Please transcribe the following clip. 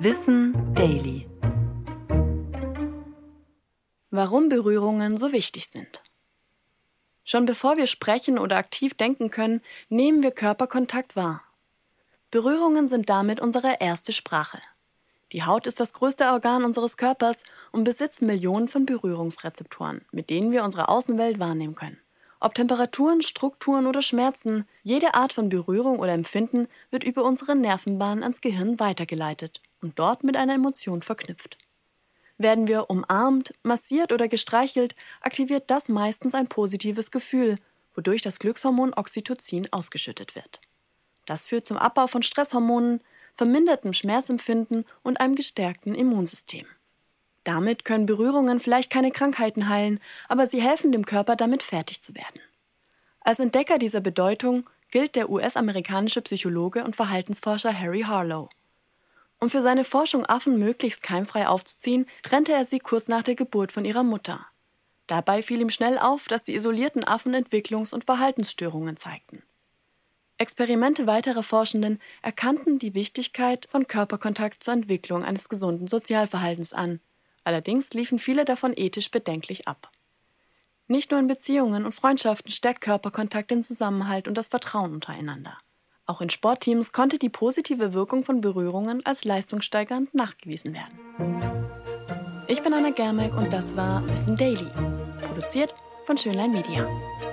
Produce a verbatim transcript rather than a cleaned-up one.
Wissen Daily. Warum Berührungen so wichtig sind. Schon bevor wir sprechen oder aktiv denken können, nehmen wir Körperkontakt wahr. Berührungen sind damit unsere erste Sprache. Die Haut ist das größte Organ unseres Körpers und besitzt Millionen von Berührungsrezeptoren, mit denen wir unsere Außenwelt wahrnehmen können. Ob Temperaturen, Strukturen oder Schmerzen, jede Art von Berührung oder Empfinden wird über unsere Nervenbahnen ans Gehirn weitergeleitet und dort mit einer Emotion verknüpft. Werden wir umarmt, massiert oder gestreichelt, aktiviert das meistens ein positives Gefühl, wodurch das Glückshormon Oxytocin ausgeschüttet wird. Das führt zum Abbau von Stresshormonen, vermindertem Schmerzempfinden und einem gestärkten Immunsystem. Damit können Berührungen vielleicht keine Krankheiten heilen, aber sie helfen dem Körper, damit fertig zu werden. Als Entdecker dieser Bedeutung gilt der U S-amerikanische Psychologe und Verhaltensforscher Harry Harlow. Um für seine Forschung Affen möglichst keimfrei aufzuziehen, trennte er sie kurz nach der Geburt von ihrer Mutter. Dabei fiel ihm schnell auf, dass die isolierten Affen Entwicklungs- und Verhaltensstörungen zeigten. Experimente weiterer Forschenden erkannten die Wichtigkeit von Körperkontakt zur Entwicklung eines gesunden Sozialverhaltens an. Allerdings liefen viele davon ethisch bedenklich ab. Nicht nur in Beziehungen und Freundschaften stärkt Körperkontakt den Zusammenhalt und das Vertrauen untereinander. Auch in Sportteams konnte die positive Wirkung von Berührungen als leistungssteigernd nachgewiesen werden. Ich bin Anna Germeck und das war Wissen Daily, produziert von Schönlein Media.